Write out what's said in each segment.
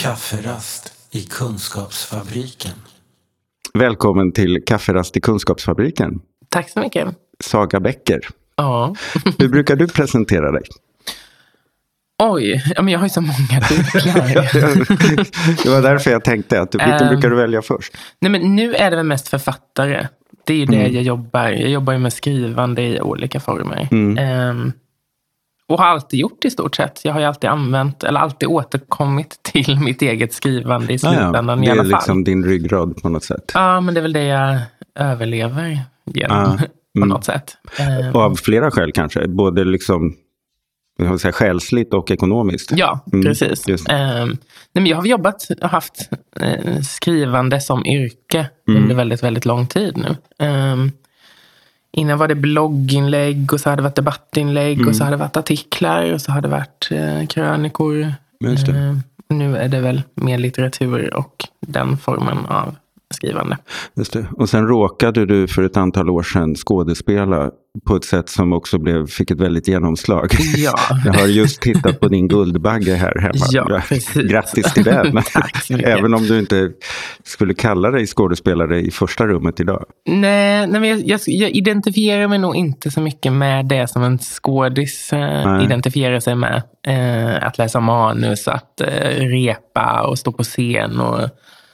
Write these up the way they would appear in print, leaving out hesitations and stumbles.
Kafferast i Kunskapsfabriken. Välkommen till Kafferast i Kunskapsfabriken. Tack så mycket. Saga Becker. Ja. Hur brukar du presentera dig? Oj, men jag har ju så många titlar. Det var därför jag tänkte att vilken brukar du välja först? Nej, men nu är det väl mest författare. Det är ju det jag jobbar. Jag jobbar ju med skrivande i olika former. Och har alltid gjort i stort sett. Jag har ju alltid använt, eller alltid återkommit till mitt eget skrivande i slutändan i alla fall. Det är liksom din ryggrad på något sätt. Ja, men det är väl det jag överlever genom på något sätt. Och av flera skäl kanske. Både liksom själsligt och ekonomiskt. Ja, precis. Nej, men jag har haft skrivande som yrke under väldigt, väldigt lång tid nu. Innan var det blogginlägg och så hade det varit debattinlägg och så hade det varit artiklar och så hade det varit krönikor. Just det. Nu är det väl mer litteratur och den formen av skrivande. Just det. Och sen råkade du för ett antal år sedan skådespela på ett sätt som också fick ett väldigt genomslag. Ja. Jag har just tittat på din Guldbagge här hemma. Ja, precis. Grattis till den. Tack så mycket. Även om du inte skulle kalla dig skådespelare i första rummet idag. Nej, men jag identifierar mig nog inte så mycket med det som en skådis identifierar sig med. Att läsa manus, att repa och stå på scen och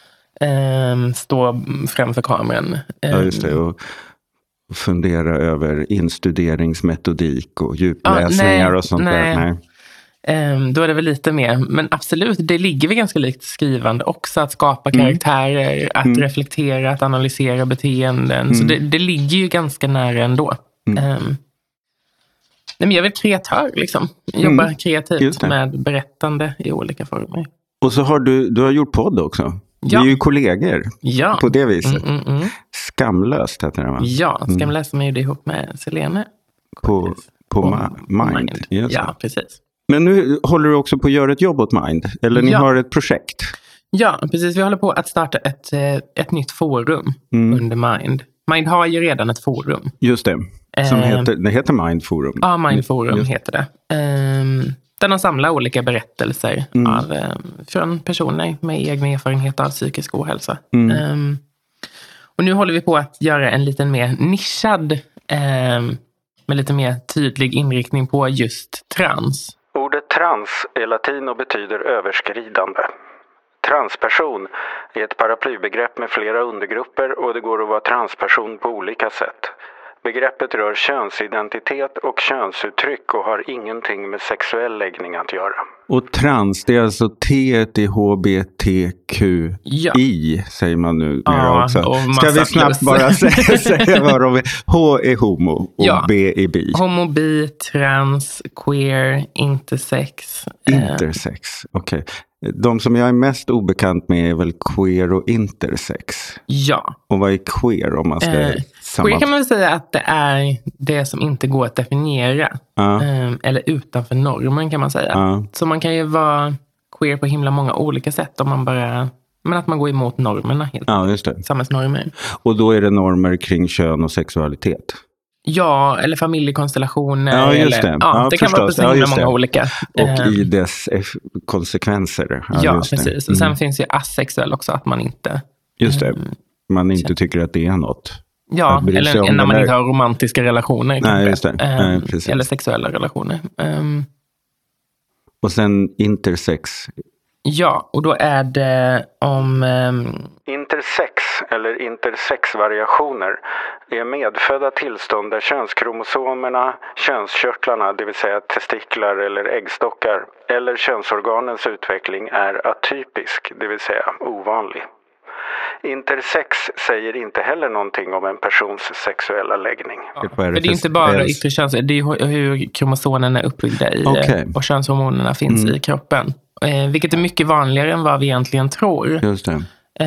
stå framför kameran. Ja, just det. Och fundera över instuderingsmetodik och djupläsningar och sånt där. Nej. Då är det väl lite mer. Men absolut, det ligger väl ganska likt skrivande också. Att skapa karaktärer, att reflektera, att analysera beteenden. Så det ligger ju ganska nära ändå. Nej, men jag är väl kreatör liksom. Jobbar kreativt med berättande i olika former. Och så har du har gjort podd också. Ja. Vi är ju kollegor på det viset. Skamlöst heter det, va? Ja, Skamlöst som jag gjorde ihop med Selene. På Mind. Ja, precis. Men nu håller du också på att göra ett jobb åt Mind. Eller ni har ett projekt. Ja, precis. Vi håller på att starta ett nytt forum under Mind. Mind har ju redan ett forum. Just det. Det heter Mind Forum. Ja, Mind Forum heter det. Där de samlar olika berättelser från personer med egna erfarenheter av psykisk ohälsa. Och nu håller vi på att göra en lite mer nischad, med lite mer tydlig inriktning på just trans. Ordet trans är latin och betyder överskridande. Transperson är ett paraplybegrepp med flera undergrupper och det går att vara transperson på olika sätt. Begreppet rör könsidentitet och könsuttryck och har ingenting med sexuell läggning att göra. Och trans, det är alltså THBTQI säger man nu också. Ska vi snabbt bara säga vad de är? H är homo och B är bi. Homo, bi, trans, queer, intersex. Intersex, okej. De som jag är mest obekant med är väl queer och intersex. Ja. Och vad är queer om man ska queer kan man väl säga att det är det som inte går att definiera. Eller utanför normen kan man säga. Så man kan ju vara queer på himla många olika sätt om man bara... Men att man går emot normerna helt. Ja, just det. Samhällsnormer. Och då är det normer kring kön och sexualitet. Ja, eller familjekonstellationer. Ja, just det. Det kan vara på så himla många olika. Och i dess konsekvenser. Ja precis. Och sen finns ju asexuell också, att man inte... Just det. Man inte tycker att det är något. Ja, eller när man inte har romantiska relationer. Nej, just det. Eller sexuella relationer. Och sen intersex. Ja, och då är det om... Intersex eller intersexvariationer är medfödda tillstånd där könskromosomerna, könskörtlarna, det vill säga testiklar eller äggstockar, eller könsorganens utveckling är atypisk, det vill säga ovanlig. Intersex säger inte heller någonting om en persons sexuella läggning. Det är inte bara yttre köns, det är hur kromosomerna är uppbyggda i och könshormonerna finns i kroppen. Vilket är mycket vanligare än vad vi egentligen tror. Just det.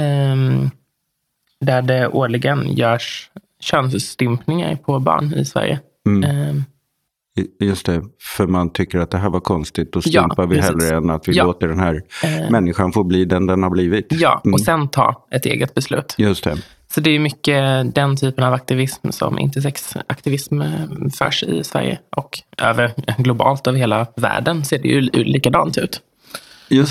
Där det årligen görs könsstympningar på barn i Sverige. Just det, för man tycker att det här var konstigt. Då stympar vi hellre än att vi låter den här människan få bli den har blivit. Ja, och sen ta ett eget beslut. Just det. Så det är mycket den typen av aktivism som intersexaktivism förs i Sverige. Och globalt över hela världen ser det ju likadant ut. Just det.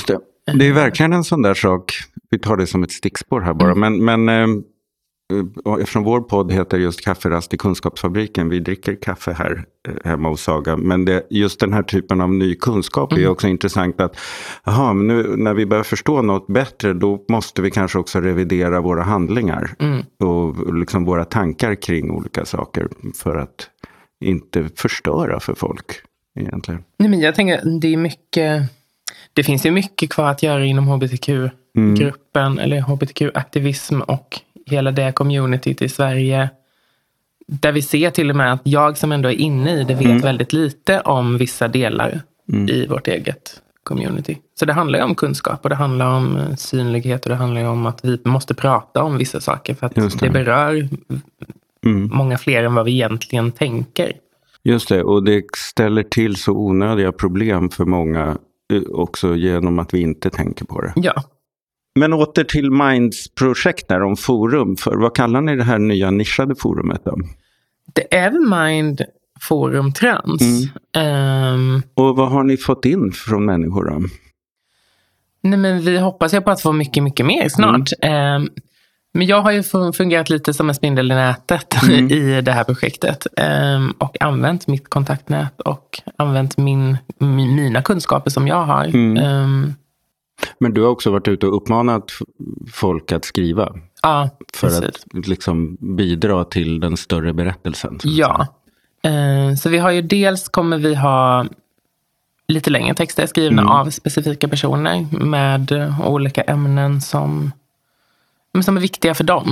Det är verkligen en sån där sak, vi tar det som ett stickspår här bara, men eftersom vår podd heter just Kafferast i Kunskapsfabriken, vi dricker kaffe här hemma hos Saga, men just den här typen av ny kunskap är också intressant att, men nu när vi börjar förstå något bättre, då måste vi kanske också revidera våra handlingar och liksom våra tankar kring olika saker för att inte förstöra för folk egentligen. Nej, men jag tänker, det finns ju mycket kvar att göra inom hbtq-gruppen eller hbtq-aktivism och hela det communityt i Sverige. Där vi ser till och med att jag som ändå är inne i det vet väldigt lite om vissa delar i vårt eget community. Så det handlar ju om kunskap och det handlar om synlighet och det handlar ju om att vi måste prata om vissa saker för att det berör många fler än vad vi egentligen tänker. Just det, och det ställer till så onödiga problem för många också genom att vi inte tänker på det. Ja. Men åter till Minds projekt där om forum. Vad kallar ni det här nya nischade forumet då? Det är Mind Forum Trans. Och vad har ni fått in från människor då? Nej, men vi hoppas ju på att få mycket, mycket mer snart. Men jag har ju fungerat lite som en spindel i nätet i det här projektet. Och använt mitt kontaktnät och använt mina kunskaper som jag har. Men du har också varit ute och uppmanat folk att skriva. Ja, för att liksom bidra till den större berättelsen. Ja. Så vi har ju kommer vi ha lite längre texter skrivna av specifika personer med olika ämnen som är viktiga för dem.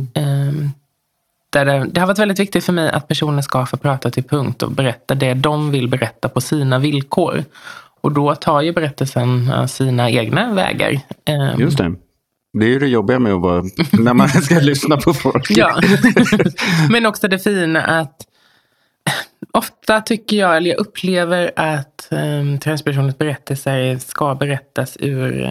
Det har varit väldigt viktigt för mig att personer ska få prata till punkt och berätta det de vill berätta på sina villkor. Och då tar ju berättelsen sina egna vägar. Just det. Det är ju det jobbiga med att vara när man ska lyssna på folk. Ja. Men också det fina att ofta tycker jag upplever att transpersoners berättelser ska berättas ur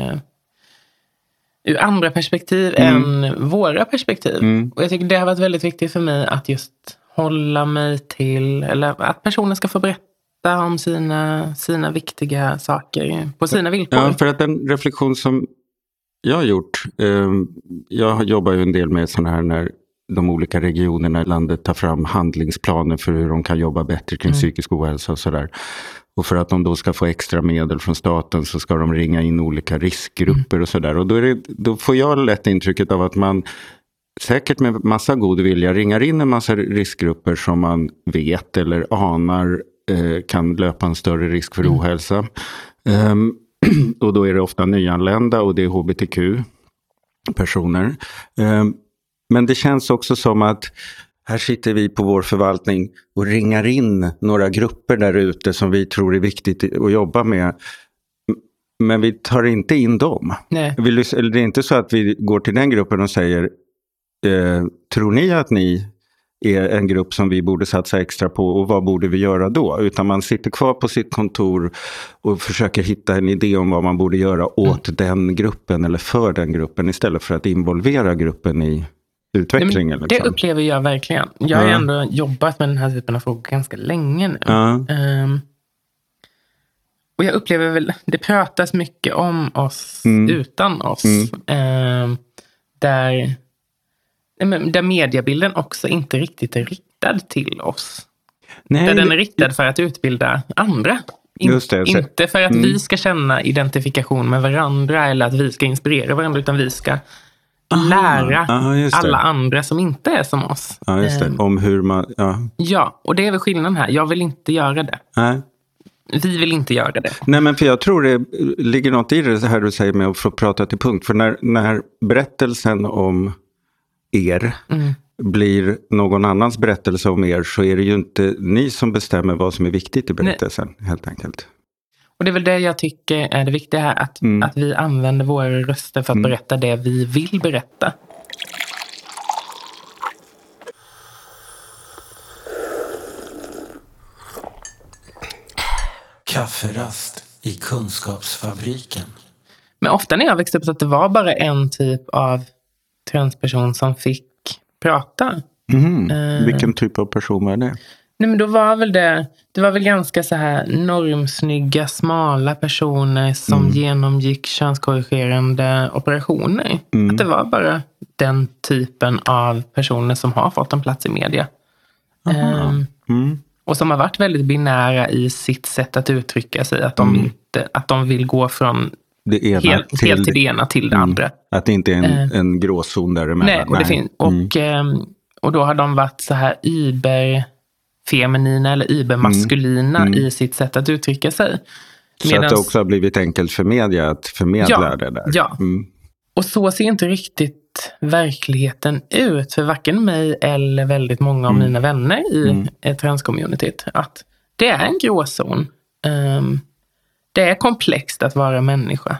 andra perspektiv än våra perspektiv. Och jag tycker det har varit väldigt viktigt för mig att just hålla mig till, eller att personer ska få berätta om sina viktiga saker på sina villkor. Ja, för att den reflektion som jag har gjort, jag jobbar ju en del med sådana här när de olika regionerna i landet tar fram handlingsplaner för hur de kan jobba bättre kring psykisk ohälsa och sådär. Och för att de då ska få extra medel från staten så ska de ringa in olika riskgrupper och sådär. Och då får jag lätt intrycket av att man säkert med massa god vilja ringar in en massa riskgrupper som man vet eller anar kan löpa en större risk för ohälsa. Och då är det ofta nyanlända och det är hbtq-personer. Men det känns också som att här sitter vi på vår förvaltning och ringar in några grupper där ute som vi tror är viktigt att jobba med. Men vi tar inte in dem. Nej. Eller det är inte så att vi går till den gruppen och säger tror ni att ni är en grupp som vi borde satsa extra på och vad borde vi göra då? Utan man sitter kvar på sitt kontor och försöker hitta en idé om vad man borde göra åt den gruppen eller för den gruppen istället för att involvera gruppen i utvecklingen. Nej, det upplever jag verkligen. Jag har ändå jobbat med den här typen av frågor ganska länge nu. Och jag upplever väl, det pratas mycket om oss utan oss. Där mediebilden också inte riktigt är riktad till oss. Nej, där den är riktad för att utbilda andra. Inte för att vi ska känna identifikation med varandra eller att vi ska inspirera varandra, utan vi ska lära alla andra som inte är som oss. Ja, just det. Om hur man... Ja, och det är väl skillnaden här. Jag vill inte göra det. Nej. Vi vill inte göra det. Nej, men för jag tror det ligger något i det här du säger med att få prata till punkt. För när berättelsen om er blir någon annans berättelse om er så är det ju inte ni som bestämmer vad som är viktigt i berättelsen, helt enkelt. Och det är väl det jag tycker är det viktiga här, att vi använder våra röster för att berätta det vi vill berätta. Kafferast i Kunskapsfabriken. Men ofta när jag växte upp så att det var bara en typ av transperson som fick prata. Vilken typ av person var det? Nej, men då var väl det var väl ganska så här normsnygga, smala personer som genomgick könskorrigerande operationer. Att det var bara den typen av personer som har fått en plats i media. Och som har varit väldigt binära i sitt sätt att uttrycka sig. Att de vill gå från det ena helt till det ena till det andra. Att det inte är en gråzon däremellan. Nej, och då har de varit så här feminina eller ibermaskulina i sitt sätt att uttrycka sig. Så att det också har blivit enkelt för media att förmedla det där. Ja, och så ser inte riktigt verkligheten ut för varken mig eller väldigt många av mina vänner i transcommunityt. Att det är en gråzon. Det är komplext att vara människa.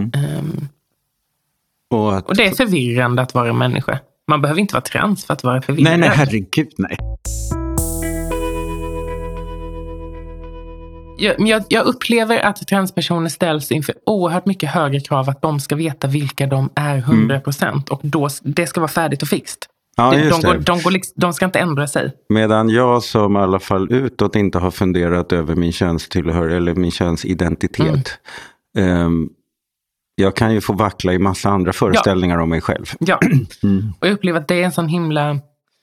Och det är förvirrande att vara människa. Man behöver inte vara trans för att vara förvirrad. Nej, herregud, nej. Jag upplever att transpersoner ställs inför oerhört mycket högre krav att de ska veta vilka de är 100%. Och då, det ska vara färdigt och fixt. Ja, de ska inte ändra sig. Medan jag som i alla fall utåt inte har funderat över min könstillhörighet eller min könsidentitet. Jag kan ju få vackla i massa andra föreställningar om mig själv. Ja, och jag upplever att det är en sån himla...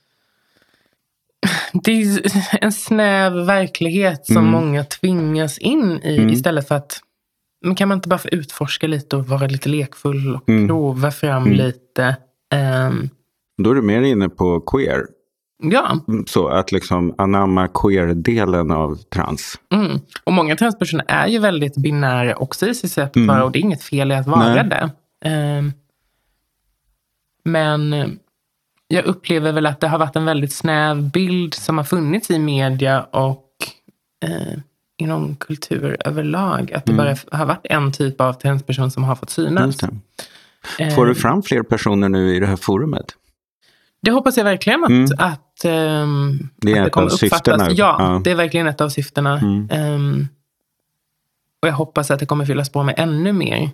Det är en snäv verklighet som många tvingas in i istället för att... Men kan man inte bara få utforska lite och vara lite lekfull och prova fram lite... Då är du mer inne på queer. Ja. Så att liksom anamma queer-delen av trans. Och många transpersoner är ju väldigt binära också i sitt sätt att vara. Och det är inget fel i att vara det. Men jag upplever väl att det har varit en väldigt snäv bild som har funnits i media och inom kultur överlag. Att det bara har varit en typ av transperson som har fått synas. Får du fram fler personer nu i det här forumet? Det hoppas jag verkligen att det är att ett av syftena. Ja, det är verkligen ett av syftena. Och jag hoppas att det kommer fyllas på med ännu mer.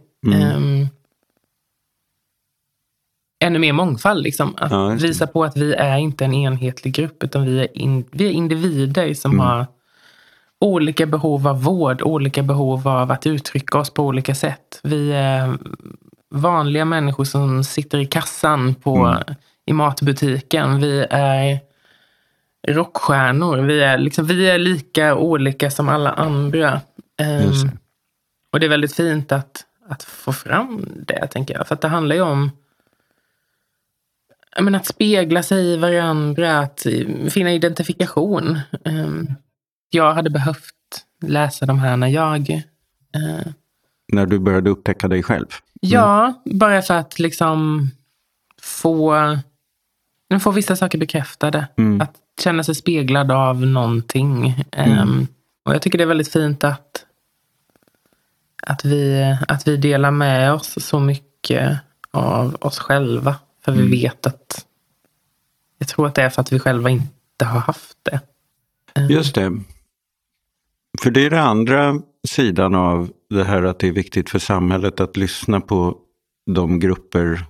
Ännu mer mångfald. Liksom. Att visa på att vi är inte en enhetlig grupp utan vi är individer som har olika behov av vård, olika behov av att uttrycka oss på olika sätt. Vi är vanliga människor som sitter i kassan i matbutiken. Vi är rockstjärnor. Vi är lika olika som alla andra. Och det är väldigt fint att få fram det, tänker jag. För att det handlar ju om att spegla sig i varandra, att finna identifikation. Jag hade behövt läsa de här när du började upptäcka dig själv? Ja, bara för att liksom få vissa saker bekräftade. Att känna sig speglad av någonting. Och jag tycker det är väldigt fint att vi delar med oss så mycket av oss själva. För vi vet att jag tror att det är för att vi själva inte har haft det. Just det. För det är det andra sidan av det här att det är viktigt för samhället att lyssna på de grupper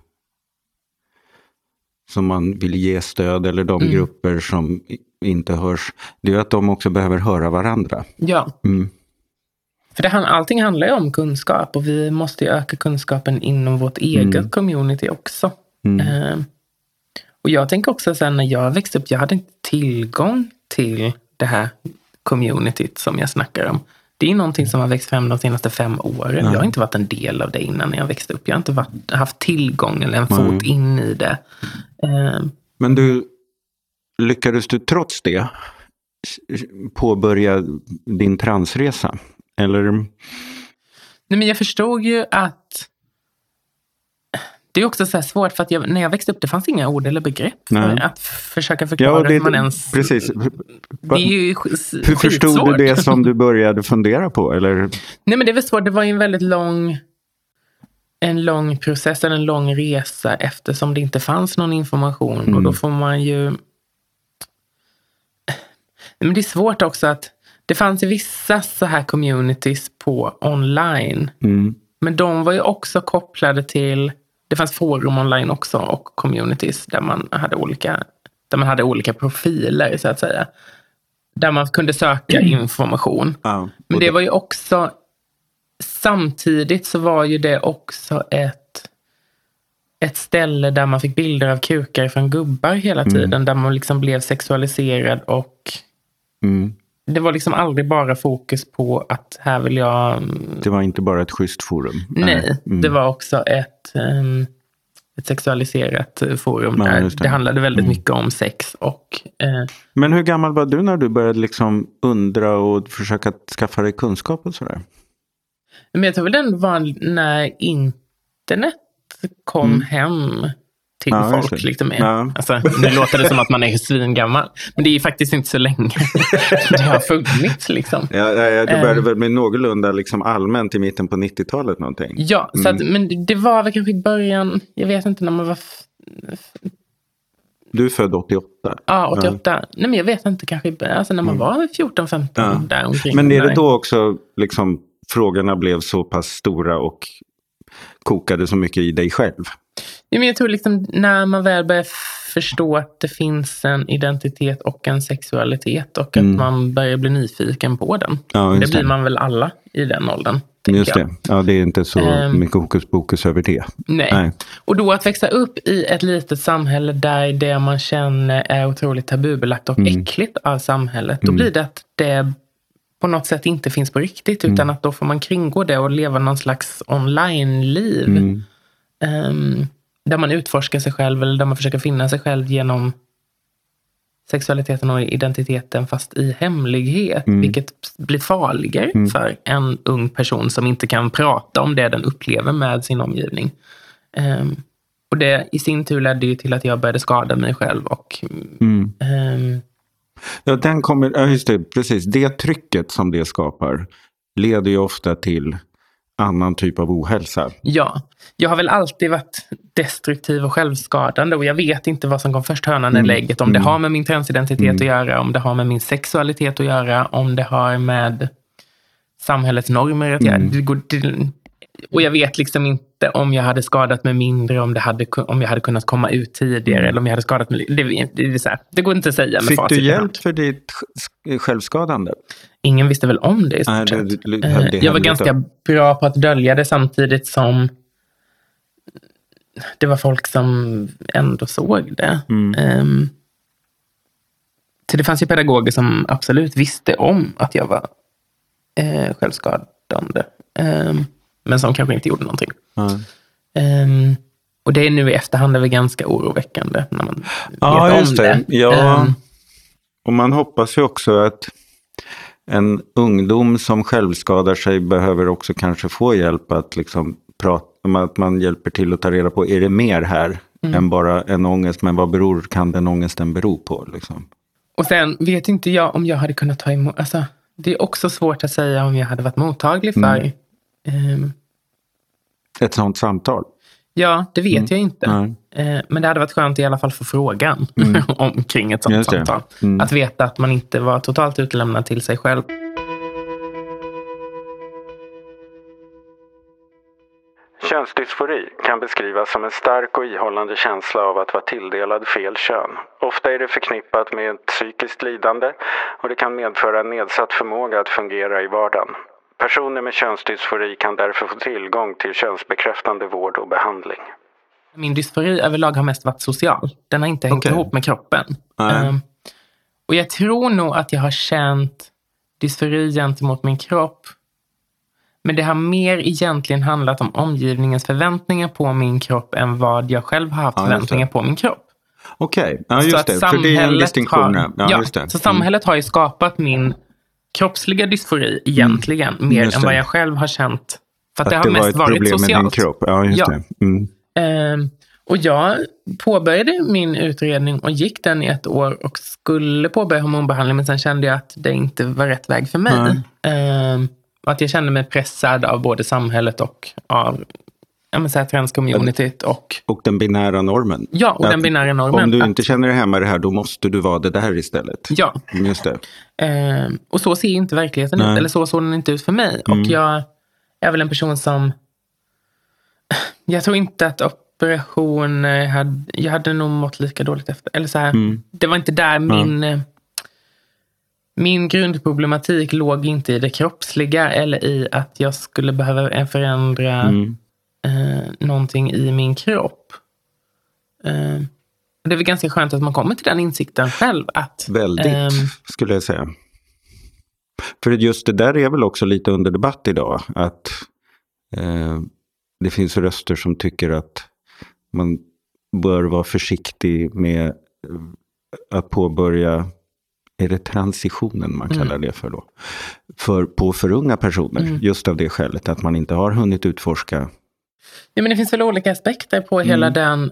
som man vill ge stöd eller de grupper som inte hörs. Det är att de också behöver höra varandra. Ja. För allting handlar ju om kunskap och vi måste ju öka kunskapen inom vårt eget community också. Och jag tänker också sen när jag växte upp, jag hade inte tillgång till det här communityt som jag snackar om. Det är någonting som har växt fram de senaste 5 åren. Jag har inte varit en del av det innan jag växte upp. Jag har inte haft tillgång eller en fot in i det. Men lyckades du trots det påbörja din transresa? Eller? Nej, men jag förstod ju att det är också så här svårt för att när jag växte upp det fanns inga ord eller begrepp för att försöka förklara hur man ens... Precis. Det är ju hur förstod du det som du började fundera på? Eller? Nej, men det var svårt. Det var ju en väldigt lång process, en lång resa eftersom det inte fanns någon information. Och då får man ju... Men det är svårt också att det fanns vissa så här communities på online. Men de var ju också kopplade till... Det fanns forum online också och communities där man hade olika profiler så att säga. där man kunde söka information. Men det var ju också, samtidigt så var ju det också ett ställe där man fick bilder av kukar från gubbar hela tiden, där man liksom blev sexualiserad och det var liksom aldrig bara fokus på att här vill jag... Det var inte bara ett schysst forum. Nej, det var också ett sexualiserat forum där det handlade väldigt mycket om sex. Men hur gammal var du när du började liksom undra och försöka skaffa dig kunskap och sådär? Men jag tror väl den var när internet kom hem till folk lite mer. Alltså, nu låter det som att man är svingammal. Men det är ju faktiskt inte så länge det har funnits liksom. Det började väl med någorlunda liksom allmänt i mitten på 90-talet någonting. Ja, så att, men det var väl kanske i början, jag vet inte när man var... Du är född 88? Ja, 88. Nej, men jag vet inte, kanske alltså när man var 14-15 där omkring. Men är det då också liksom frågorna blev så pass stora och kokade så mycket i dig själv? Ja, men jag tror liksom när man väl börjar förstå att det finns en identitet och en sexualitet och att man börjar bli nyfiken på den. Ja, det blir man väl alla i den åldern. Just det. Ja, det är inte så mycket hokus pokus över det. Nej. Och då att växa upp i ett litet samhälle där det man känner är otroligt tabubelagt och äckligt av samhället. Då blir det att det på något sätt inte finns på riktigt, utan att då får man kringgå det och leva någon slags online-liv. Där man utforskar sig själv eller där man försöker finna sig själv genom sexualiteten och identiteten fast i hemlighet, vilket blir farligare för en ung person som inte kan prata om det den upplever med sin omgivning. Och det i sin tur ledde ju till att jag började skada mig själv och just det, precis. Det trycket som det skapar leder ju ofta till annan typ av ohälsa. Ja, jag har väl alltid varit destruktiv och självskadande och jag vet inte vad som kom först, hönan eller ägget. Om det har med min transidentitet att göra, om det har med min sexualitet att göra, om det har med samhällets normer att göra. Och jag vet liksom inte om jag hade skadat mig mindre, om jag hade kunnat komma ut tidigare eller om jag hade skadat mig. Det går inte att säga med facit. Fick du hjälp för ditt självskadande? Ingen visste väl om det i stort sett. Jag var ganska bra på att dölja det samtidigt som det var folk som ändå såg det. Så det fanns ju pedagoger som absolut visste om att jag var självskadande. Men som kanske inte gjorde någonting. Och det är nu i efterhand är väl ganska oroväckande när man vet om det. Ja, och man hoppas ju också att en ungdom som självskadar sig behöver också kanske få hjälp att liksom prata om att man hjälper till att ta reda på, är det mer här än bara en ångest, men vad kan den ångesten bero på liksom? Och sen vet inte jag om jag hade kunnat ta emot, alltså det är också svårt att säga om jag hade varit mottaglig för ett sånt samtal. Ja, det vet jag inte. Men det hade varit skönt i alla fall för frågan omkring ett sånt samtal. Att veta att man inte var totalt utlämnad till sig själv. Könsdysfori kan beskrivas som en stark och ihållande känsla av att vara tilldelad fel kön. Ofta är det förknippat med ett psykiskt lidande och det kan medföra en nedsatt förmåga att fungera i vardagen. Personer med könsdysfori kan därför få tillgång till könsbekräftande vård och behandling. Min dysfori överlag har mest varit social. Den har inte hängt ihop med kroppen. Och jag tror nog att jag har känt dysfori gentemot min kropp. Men det har mer egentligen handlat om omgivningens förväntningar på min kropp än vad jag själv har haft förväntningar på min kropp. Okej, just det. För det är en distinktion. Så samhället har ju skapat min kroppsliga dysfori egentligen mer än vad jag själv har känt. För att det har mest varit socialt. Med din kropp. Ja, just det. Och jag påbörjade min utredning och gick den i 1 år och skulle påbörja hormonbehandling, men sen kände jag att det inte var rätt väg för mig. Och att jag kände mig pressad av både samhället och av transcommunityt och den binära normen. Ja, och den binära normen. Om du inte känner dig hemma i det här, då måste du vara det där istället. Ja. Just det. Och så ser inte verkligheten ut. Eller så såg den inte ut för mig. Och jag är väl en person som... Jag tror inte att operationer jag hade nog mått lika dåligt efter. Eller så här, det var inte där Min grundproblematik låg inte i det kroppsliga eller i att jag skulle behöva förändra någonting i min kropp. Det är väl ganska skönt att man kommer till den insikten själv. Väldigt, skulle jag säga. För just det där är väl också lite under debatt idag. Att det finns röster som tycker att man bör vara försiktig med att påbörja, är det transitionen man kallar det för då? På för unga personer, just av det skälet att man inte har hunnit utforska. Ja, men det finns väl olika aspekter på hela den.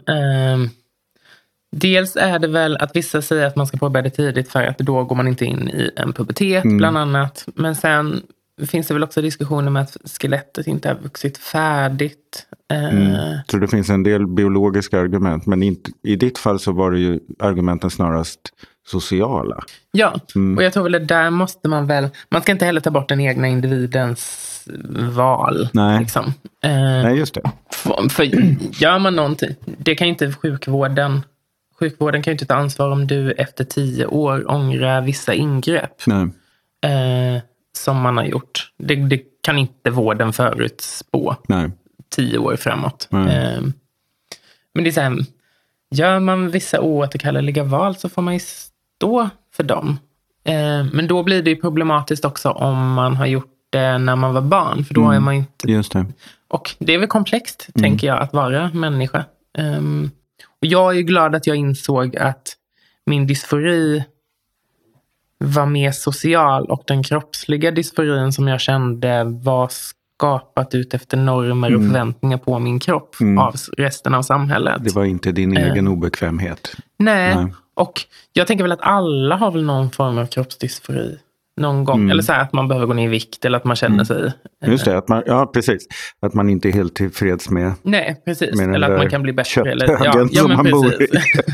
Dels är det väl att vissa säger att man ska påbörja det tidigt för att då går man inte in i en pubertet bland annat. Men sen finns det väl också diskussioner med att skelettet inte har vuxit färdigt. Så det finns en del biologiska argument, men inte, i ditt fall så var det ju argumenten snarast sociala. Ja, och jag tror väl att där måste man ska inte heller ta bort den egna individens val. Nej, liksom. Nej just det. För gör man någonting, det kan inte sjukvården kan ju inte ta ansvar om du efter 10 år ångrar vissa ingrepp. Nej. Som man har gjort. Det kan inte vården förutspå. Nej. 10 år framåt. Men det är så här, gör man vissa oåterkalleliga val så får man ju stå för dem. Men då blir det ju problematiskt också om man har gjort det när man var barn. För då är man inte... Just det. Och det är väl komplext, tänker jag, att vara människa. Och jag är ju glad att jag insåg att min dysfori var mer social och den kroppsliga dysforin som jag kände var skapat ut efter normer och förväntningar på min kropp av resten av samhället. Det var inte din egen obekvämhet. Nej, och jag tänker väl att alla har väl någon form av kroppsdysfori någon gång. Eller så här att man behöver gå ner i vikt eller att man känner sig... Just det, precis. Att man inte är helt tillfreds med... Nej, precis. Eller att man kan bli bättre. Eller, som man precis. bor i.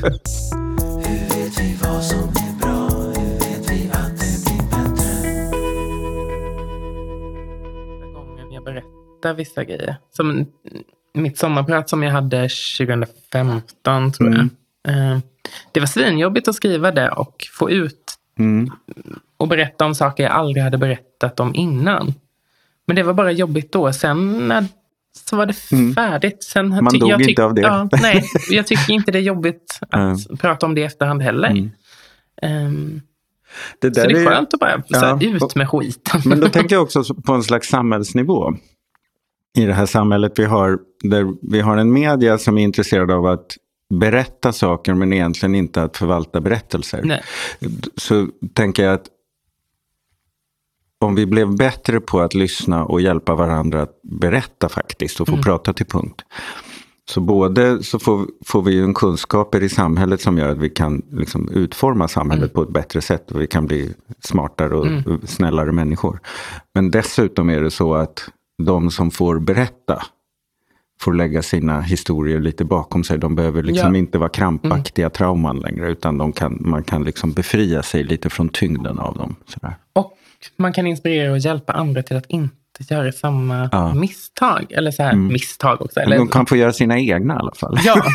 Berätta vissa grejer. Som mitt sommarprat som jag hade 2015 tror jag. Det var svinjobbigt att skriva det och få ut och berätta om saker jag aldrig hade berättat om innan. Men det var bara jobbigt då. Sen så var det färdigt. Sen man dog inte av det. Ja, nej, jag tycker inte det är jobbigt att prata om det i efterhand heller. Så det är skönt att bara ut med skiten. Men då tänker jag också på en slags samhällsnivå. I det här samhället vi har, där vi har en media som är intresserad av att berätta saker men egentligen inte att förvalta berättelser. Nej. Så tänker jag att om vi blev bättre på att lyssna och hjälpa varandra att berätta faktiskt och få prata till punkt. Så både så får vi ju en kunskaper i samhället som gör att vi kan liksom utforma samhället på ett bättre sätt och vi kan bli smartare och snällare människor. Men dessutom är det så att de som får berätta får lägga sina historier lite bakom sig. De behöver liksom inte vara krampaktiga trauman längre utan man kan liksom befria sig lite från tyngden av dem. Sådär. Och man kan inspirera och hjälpa andra till att inte göra samma misstag. Eller så här misstag också. Eller... De kan få göra sina egna i alla fall. Ja.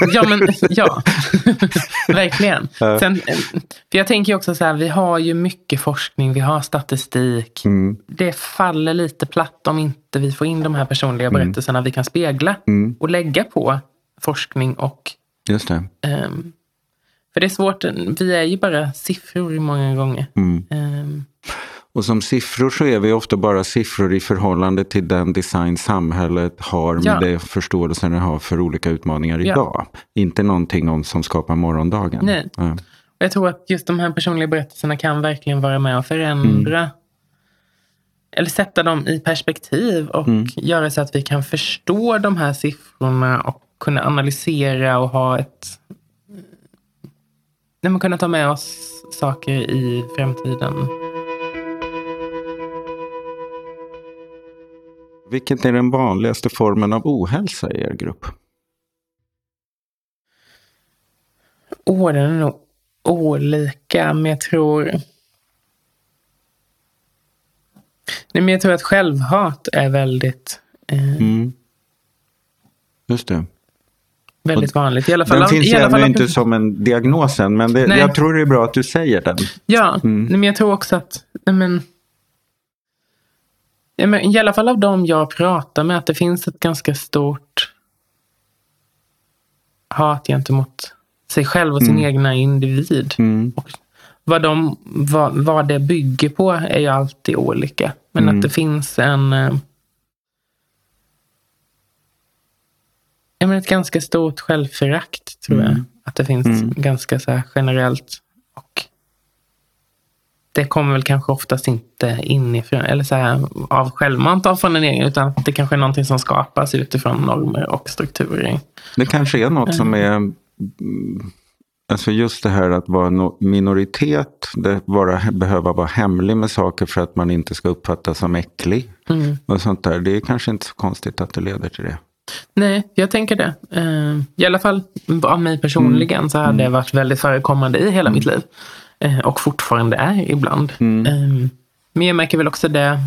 Verkligen. Sen, för jag tänker också så här, vi har ju mycket forskning, vi har statistik. Det faller lite platt om inte vi får in de här personliga berättelserna vi kan spegla och lägga på forskning och... Just det. För det är svårt, vi är ju bara siffror många gånger. Och som siffror så är vi ofta bara siffror i förhållande till den design samhället har med det förståelsen det har för olika utmaningar idag. Inte någonting som skapar morgondagen. Nej. Och jag tror att just de här personliga berättelserna kan verkligen vara med och förändra eller sätta dem i perspektiv och göra så att vi kan förstå de här siffrorna och kunna analysera och ha kunna ta med oss saker i framtiden. Vilken är den vanligaste formen av ohälsa i er grupp? Den är nog olika, men jag tror... men jag tror att självhat är väldigt... Just det. Väldigt vanligt. I alla fall, den finns ju inte som en diagnosen, men jag tror det är bra att du säger den. Ja, men jag tror också att Men i alla fall av dem jag pratar med, att det finns ett ganska stort hat gentemot sig själv och sin egna individ. Och vad det bygger på är ju alltid olika. Men att det finns ett ganska stort självförakt, tror jag. Att det finns ganska så här generellt. Och det kommer väl kanske oftast inte inifrån, eller så här av självmant av från den egen, utan det kanske är någonting som skapas utifrån normer och strukturer. Det kanske är något som är, alltså just det här att vara minoritet, det behöva vara hemlig med saker för att man inte ska uppfattas som äcklig och sånt där. Det är kanske inte så konstigt att det leder till det. Nej, jag tänker det. I alla fall av mig personligen så har det varit väldigt förekommande i hela mitt liv. Och fortfarande är ibland. Men jag märker väl också det.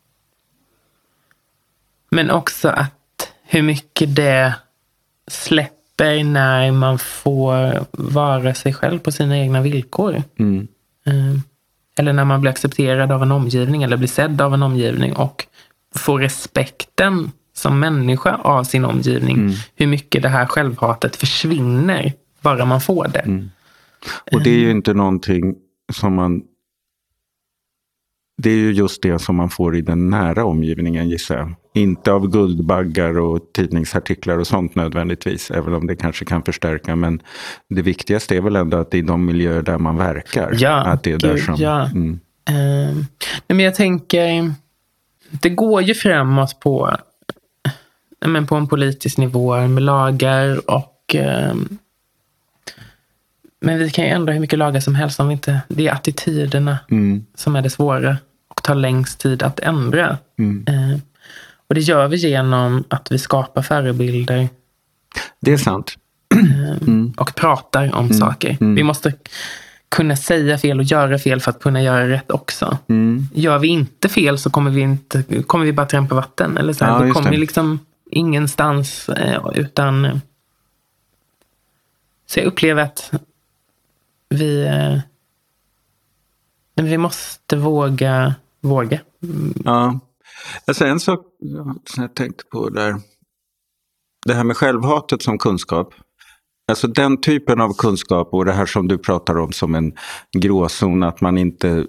Men också att hur mycket det släpper när man får vara sig själv på sina egna villkor. Eller när man blir accepterad av en omgivning eller blir sedd av en omgivning och får respekten som människa av sin omgivning. Hur mycket det här självhatet försvinner bara man får det. Och det är ju inte någonting som man... Det är ju just det som man får i den nära omgivningen, gissar jag. Inte av guldbaggar och tidningsartiklar och sånt nödvändigtvis, även om det kanske kan förstärka. Men det viktigaste är väl ändå att det är de miljöer där man verkar. Ja, att det är där som... Ja. Men jag tänker... Det går ju framåt på en politisk nivå med lagar och... Men vi kan ju ändra hur mycket lagar som helst om vi inte... Det är attityderna som är det svåra och tar längst tid att ändra. Och det gör vi genom att vi skapar förebilder. Det är sant. Och pratar om saker. Vi måste kunna säga fel och göra fel för att kunna göra rätt också. Gör vi inte fel så kommer vi bara trampa vatten. Eller så här, vi kommer liksom ingenstans utan... Så jag upplever att vi måste våga. Ja. Alltså en sak som jag tänkte på där. Det här med självhatet som kunskap. Alltså den typen av kunskap och det här som du pratar om som en gråzon, att man inte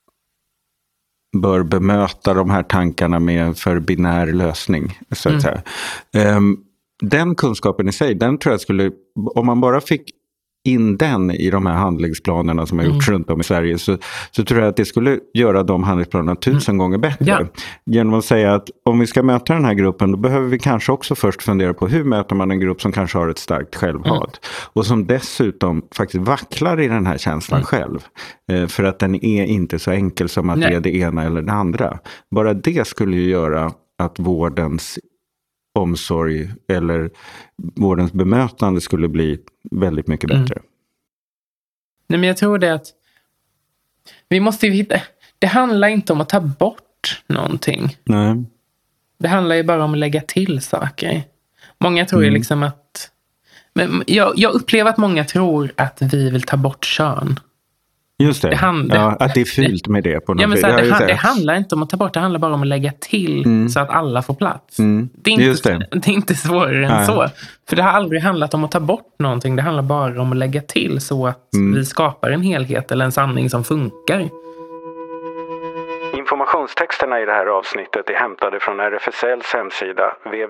bör bemöta de här tankarna med en för binär lösning. Så att säga. Den kunskapen i sig, den tror jag skulle, om man bara fick in den i de här handlingsplanerna som har gjorts runt om i Sverige, så tror jag att det skulle göra de handlingsplanerna 1000 gånger bättre. Ja. Genom att säga att om vi ska möta den här gruppen, då behöver vi kanske också först fundera på hur möter man en grupp som kanske har ett starkt självhat. Och som dessutom faktiskt vacklar i den här känslan själv. För att den är inte så enkel som att det är det ena eller det andra. Bara det skulle ju göra att vårdens omsorg eller vårdens bemötande skulle bli väldigt mycket bättre. Nej, men jag tror det att vi måste ju hitta... Det handlar inte om att ta bort någonting. Nej. Det handlar ju bara om att lägga till saker. Många tror ju liksom att... Men jag upplever att många tror att vi vill ta bort kön. Just det. Att det är fult med det på något sätt. Det handlar inte om att ta bort, det handlar bara om att lägga till så att alla får plats. Det är inte svårare än så. För det har aldrig handlat om att ta bort någonting, det handlar bara om att lägga till så att vi skapar en helhet eller en sanning som funkar. Informationstexterna i det här avsnittet är hämtade från RFSLs hemsida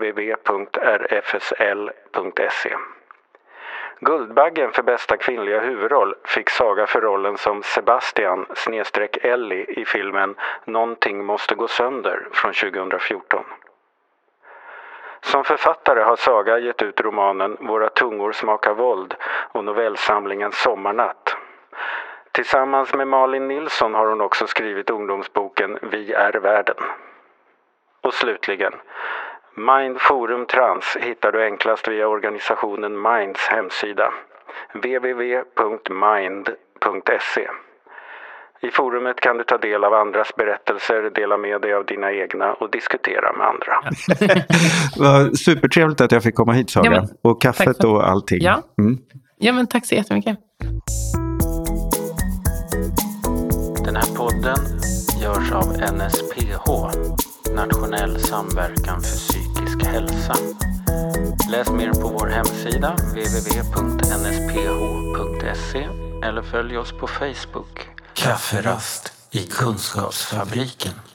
www.rfsl.se. Guldbaggen för bästa kvinnliga huvudroll fick Saga för rollen som Sebastian/Ellie i filmen Någonting måste gå sönder från 2014. Som författare har Saga gett ut romanen Våra tungor smakar våld och novellsamlingen Sommarnatt. Tillsammans med Malin Nilsson har hon också skrivit ungdomsboken Vi är världen. Och slutligen, Mind Forum Trans hittar du enklast via organisationen Minds hemsida www.mind.se. I forumet kan du ta del av andras berättelser, dela med dig av dina egna och diskutera med andra. Vad supertrevligt att jag fick komma hit, Saga. Och kaffet och allting. Ja, men tack så jättemycket. Den här podden görs av NSPH, Nationell samverkan för psykisk hälsa. Läs mer på vår hemsida www.nsph.se eller följ oss på Facebook. Kafferast i Kunskapsfabriken.